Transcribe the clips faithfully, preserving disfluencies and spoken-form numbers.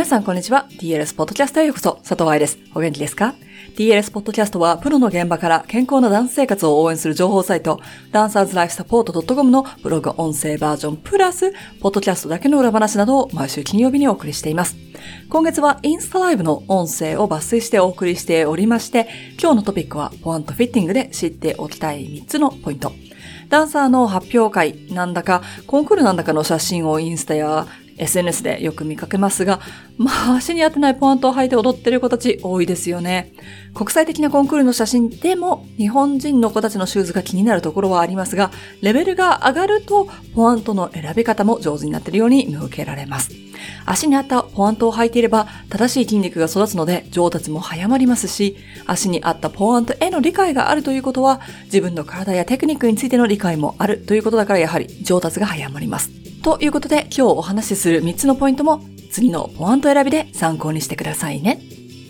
さんこんにちは。 ティーエルエス ポッドキャストへようこそ。佐藤愛です。お元気ですか？ ティーエルエス ポッドキャストはプロの現場から健康なダンス生活を応援する情報サイトダンサーズライフサポート .com のブログ音声バージョンプラスポッドキャストだけの裏話などを毎週金曜日にお送りしています。今月はインスタライブの音声を抜粋してお送りしておりまして、今日のトピックはポアントフィッティングで知っておきたいみっつのポイント。ダンサーの発表会なんだかコンクールなんだかの写真をインスタやエスエヌエス でよく見かけますが、まあ足に合ってないポアントを履いて踊ってる子たち多いですよね。国際的なコンクールの写真でも日本人の子たちのシューズが気になるところはありますが、レベルが上がるとポアントの選び方も上手になっているように見受けられます。足に合ったポアントを履いていれば正しい筋肉が育つので上達も早まりますし、足に合ったポアントへの理解があるということは自分の体やテクニックについての理解もあるということだから、やはり上達が早まります。ということで今日お話しするみっつのポイントも次のポアント選びで参考にしてくださいね。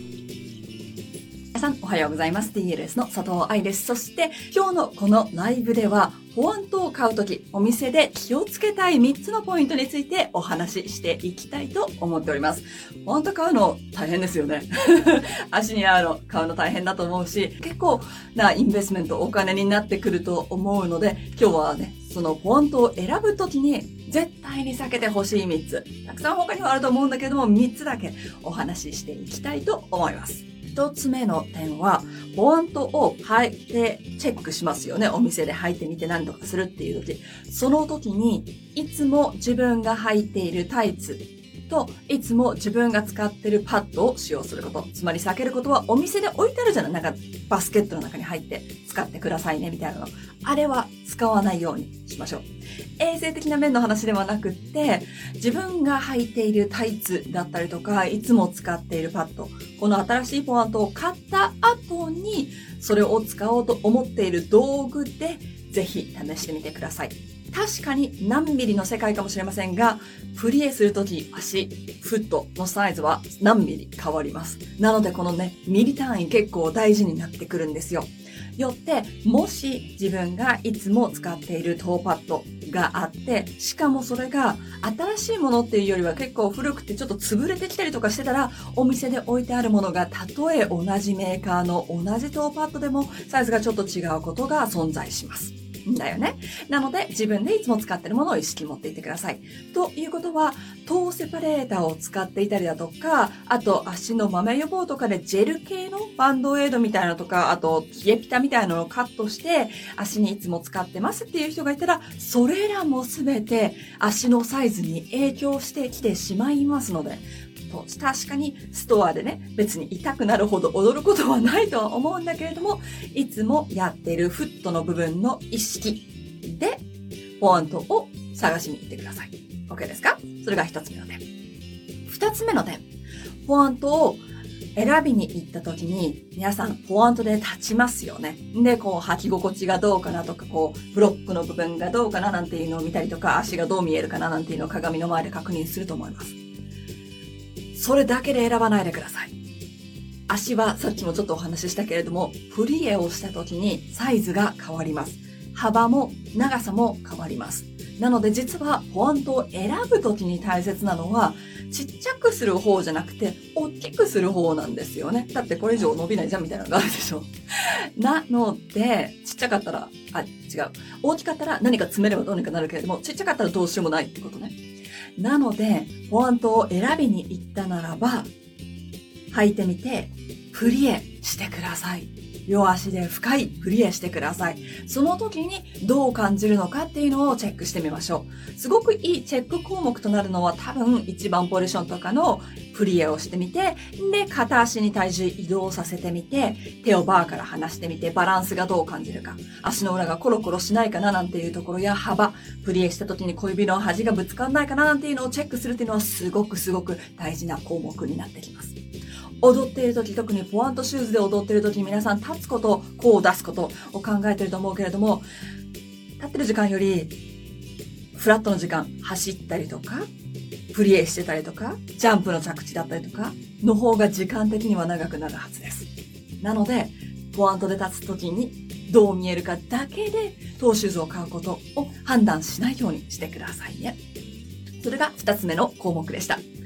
皆さんおはようございます。 ティーエルエス の佐藤愛です。そして今日のこのライブではポアントを買うときお店で気をつけたいみっつのポイントについてお話ししていきたいと思っております。ポアント買うの大変ですよね足に合うの買うの大変だと思うし、結構なインベストメントお金になってくると思うので、今日はねそのポアントを選ぶときに絶対に避けてほしいみっつ、たくさん他にはあると思うんだけどもみっつだけお話ししていきたいと思います。ひとつめの点は、ポアントを履いてチェックしますよね。お店で履いてみて何とかするっていう時。その時に、いつも自分が履いているタイツと、いつも自分が使っているパッドを使用すること。つまり避けることはお店で置いてあるじゃない。なんかバスケットの中に入って使ってくださいねみたいなの。あれは使わないようにしましょう。衛生的な面の話ではなくって、自分が履いているタイツだったりとか、いつも使っているパッド、この新しいポアントを買った後に、それを使おうと思っている道具で、ぜひ試してみてください。確かに何ミリの世界かもしれませんが、プリエするとき足、フットのサイズは何ミリ変わります。なのでこのね、ミリ単位結構大事になってくるんですよ。よって、もし自分がいつも使っているトーパッドがあって、しかもそれが新しいものっていうよりは結構古くてちょっと潰れてきたりとかしてたら、お店で置いてあるものがたとえ同じメーカーの同じトーパッドでもサイズがちょっと違うことが存在します。だよね。なので自分でいつも使っているものを意識持っていってください。ということは、トーセパレーターを使っていたりだとか、あと足の豆予防とかでジェル系のバンドエイドみたいなのとか、あと冷えピタみたいなのをカットして足にいつも使ってますっていう人がいたら、それらもすべて足のサイズに影響してきてしまいますので、確かにストアでね、別に痛くなるほど踊ることはないとは思うんだけれども、いつもやっているフットの部分の意識でポアントを探しに行ってください。 OK ですか？それが一つ目の点。二つ目の点、ポアントを選びに行った時に皆さんポアントで立ちますよね。で、こう履き心地がどうかなとか、こうブロックの部分がどうかななんていうのを見たりとか、足がどう見えるかななんていうのを鏡の前で確認すると思います。それだけで選ばないでください。足はさっきもちょっとお話ししたけれども、プリエをした時にサイズが変わります。幅も長さも変わります。なので実はポアントを選ぶ時に大切なのは、ちっちゃくする方じゃなくて大きくする方なんですよね。だってこれ以上伸びないじゃんみたいなのがあるでしょ。なので、ちっちゃかったら、あ、違う。大きかったら何か詰めればどうにかなるけれども、ちっちゃかったらどうしようもないってことね。なので、ポアントを選びに行ったならば、履いてみて、プリエしてください。両足で深いプリエしてください。その時にどう感じるのかっていうのをチェックしてみましょう。すごくいいチェック項目となるのは多分一番ポジションとかのプリエをしてみて、で、片足に体重移動させてみて、手をバーから離してみて、バランスがどう感じるか、足の裏がコロコロしないかななんていうところや幅、プリエした時に小指の端がぶつかんないかななんていうのをチェックするっていうのはすごくすごく大事な項目になってきます。踊っている時、特にポアントシューズで踊っている時に皆さん立つこと、こう出すことを考えていると思うけれども、立ってる時間よりフラットの時間、走ったりとか、プリエしてたりとか、ジャンプの着地だったりとかの方が時間的には長くなるはずです。なので、ポアントで立つ時にどう見えるかだけでトーシューズを買うことを判断しないようにしてくださいね。それが二つ目の項目でした。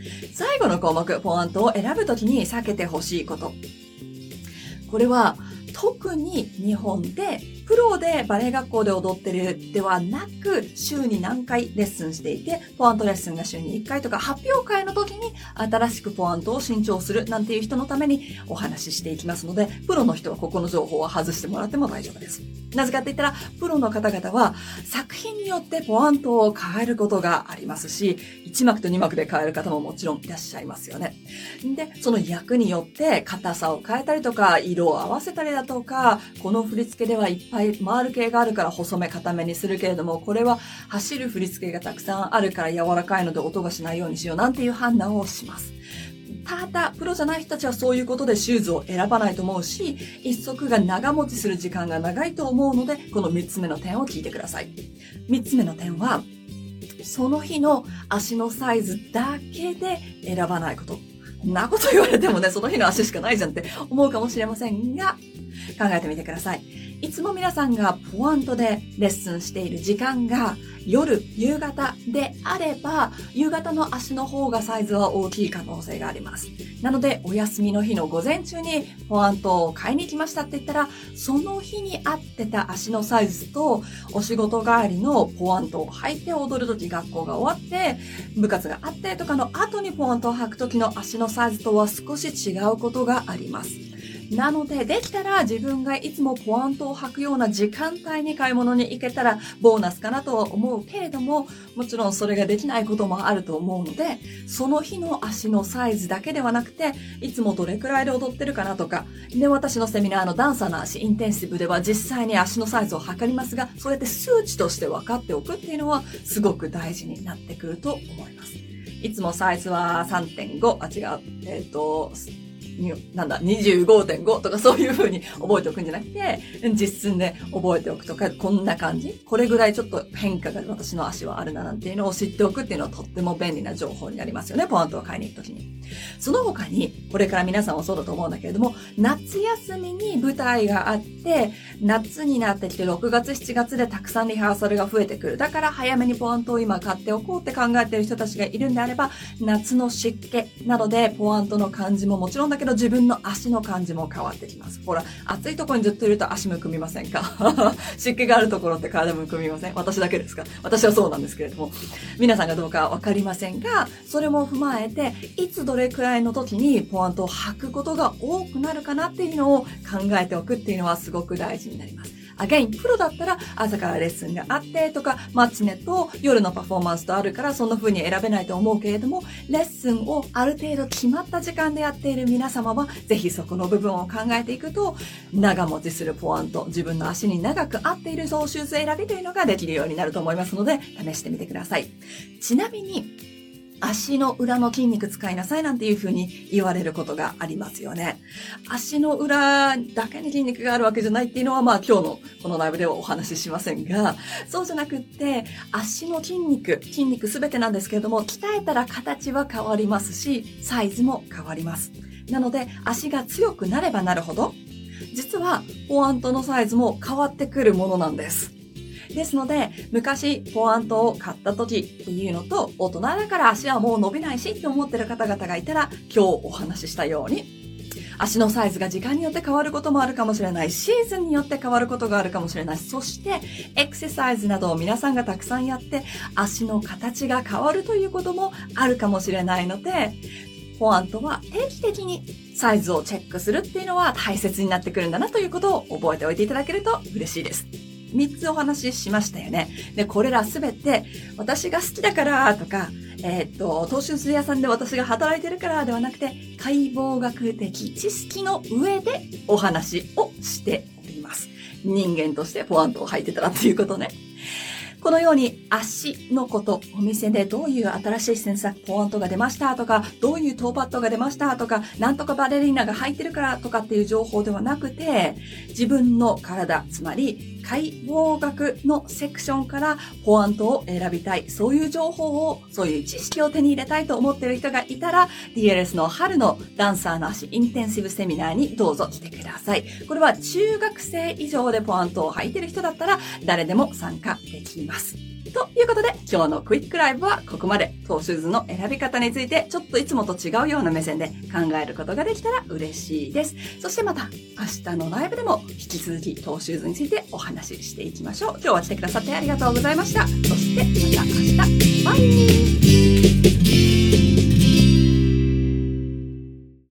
最後の項目、ポアントを選ぶときに避けてほしいこと。これは特に日本でプロでバレエ学校で踊ってるではなく、週に何回レッスンしていて、ポアントレッスンが週にいっかいとか、発表会の時に新しくポアントを新調するなんていう人のためにお話ししていきますので、プロの人はここの情報は外してもらっても大丈夫です。なぜかって言ったら、プロの方々は作品によってポアントを変えることがありますし、いち幕とに幕で変える方ももちろんいらっしゃいますよね。で、その役によって硬さを変えたりとか、色を合わせたりだとか、この振り付けではいっぱい回る系があるから細め硬めにするけれども、これは走る振り付けがたくさんあるから柔らかいので音がしないようにしようなんていう判断をします。ただ、プロじゃない人たちはそういうことでシューズを選ばないと思うし、一足が長持ちする時間が長いと思うので、このみっつめの点を聞いてください。みっつめの点は、その日の足のサイズだけで選ばないこと。なこと言われてもね、その日の足しかないじゃんって思うかもしれませんが、考えてみてください。いつも皆さんがポアントでレッスンしている時間が夜、夕方であれば、夕方の足の方がサイズは大きい可能性があります。なので、お休みの日の午前中にポアントを買いに来ましたって言ったら、その日に合ってた足のサイズと、お仕事帰りのポアントを履いて踊るとき、学校が終わって、部活があってとかの後にポアントを履くときの足のサイズとは少し違うことがあります。なので、できたら自分がいつもポアントを履くような時間帯に買い物に行けたらボーナスかなとは思うけれども、もちろんそれができないこともあると思うので、その日の足のサイズだけではなくて、いつもどれくらいで踊ってるかなとか、で、私のセミナーのダンサーの足インテンシブでは実際に足のサイズを測りますが、そうやって数値として分かっておくっていうのはすごく大事になってくると思います。いつもサイズは さんてんご、あ、違う、えっと、なんだ、にじゅうごてんご とかそういう風に覚えておくんじゃなくて、実寸で覚えておくとか、こんな感じ。これぐらいちょっと変化が私の足はあるななんていうのを知っておくっていうのはとっても便利な情報になりますよね。ポアントを買いに行くときに。その他に、これから皆さんもそうだと思うんだけれども、夏休みに舞台があって、夏になってきてろくがつしちがつでたくさんリハーサルが増えてくる。だから早めにポアントを今買っておこうって考えている人たちがいるんであれば、夏の湿気などでポアントの感じももちろんだけど自分の足の感じも変わってきます。ほら、暑いところにずっといると足むくみませんか湿気があるところって体むくみません？私だけですか？私はそうなんですけれども。皆さんがどうかわかりませんが、それも踏まえて、いつどれくらいの時にポアントを履くことが多くなるかなっていうのを考えておくっていうのはすごく大事になります。アゲイン、プロだったら朝からレッスンがあってとか、マチネと夜のパフォーマンスとあるからそんな風に選べないと思うけれども、レッスンをある程度決まった時間でやっている皆様は、ぜひそこの部分を考えていくと、長持ちするポアント、自分の足に長く合っているソーシューズ選びというのができるようになると思いますので、試してみてください。ちなみに、足の裏の筋肉使いなさいなんていう風に言われることがありますよね。足の裏だけに筋肉があるわけじゃないっていうのはまあ今日のこのライブではお話ししませんが、そうじゃなくって足の筋肉、筋肉すべてなんですけれども、鍛えたら形は変わりますし、サイズも変わります。なので足が強くなればなるほど、実はポアントのサイズも変わってくるものなんです。ですので、昔ポアントを買った時っていうのと、大人だから足はもう伸びないしって思ってる方々がいたら、今日お話ししたように、足のサイズが時間によって変わることもあるかもしれない。シーズンによって変わることがあるかもしれない。そして、エクササイズなどを皆さんがたくさんやって、足の形が変わるということもあるかもしれないので、ポアントは定期的にサイズをチェックするっていうのは大切になってくるんだなということを覚えておいていただけると嬉しいです。みっつお話ししましたよね。で、これらすべて私が好きだからとか、えー、っと、トーシューズ屋さんで私が働いてるからではなくて、解剖学的知識の上でお話をしております。人間としてポアントを履いてたらっていうことね。このように足のこと、お店でどういう新しいセンサーポアントが出ましたとか、どういうトーパッドが出ましたとか、なんとかバレリーナが履いてるからとかっていう情報ではなくて、自分の体、つまり解剖学のセクションからポアントを選びたい、そういう情報を、そういう知識を手に入れたいと思っている人がいたら、ディーエルエス の春のダンサーの足インテンシブセミナーにどうぞ来てください。これは中学生以上でポアントを履いている人だったら誰でも参加できます。ということで、今日のクイックライブはここまで。トーシューズの選び方について、ちょっといつもと違うような目線で考えることができたら嬉しいです。そしてまた、明日のライブでも引き続きトーシューズについてお話ししていきましょう。今日は来てくださってありがとうございました。そしてまた。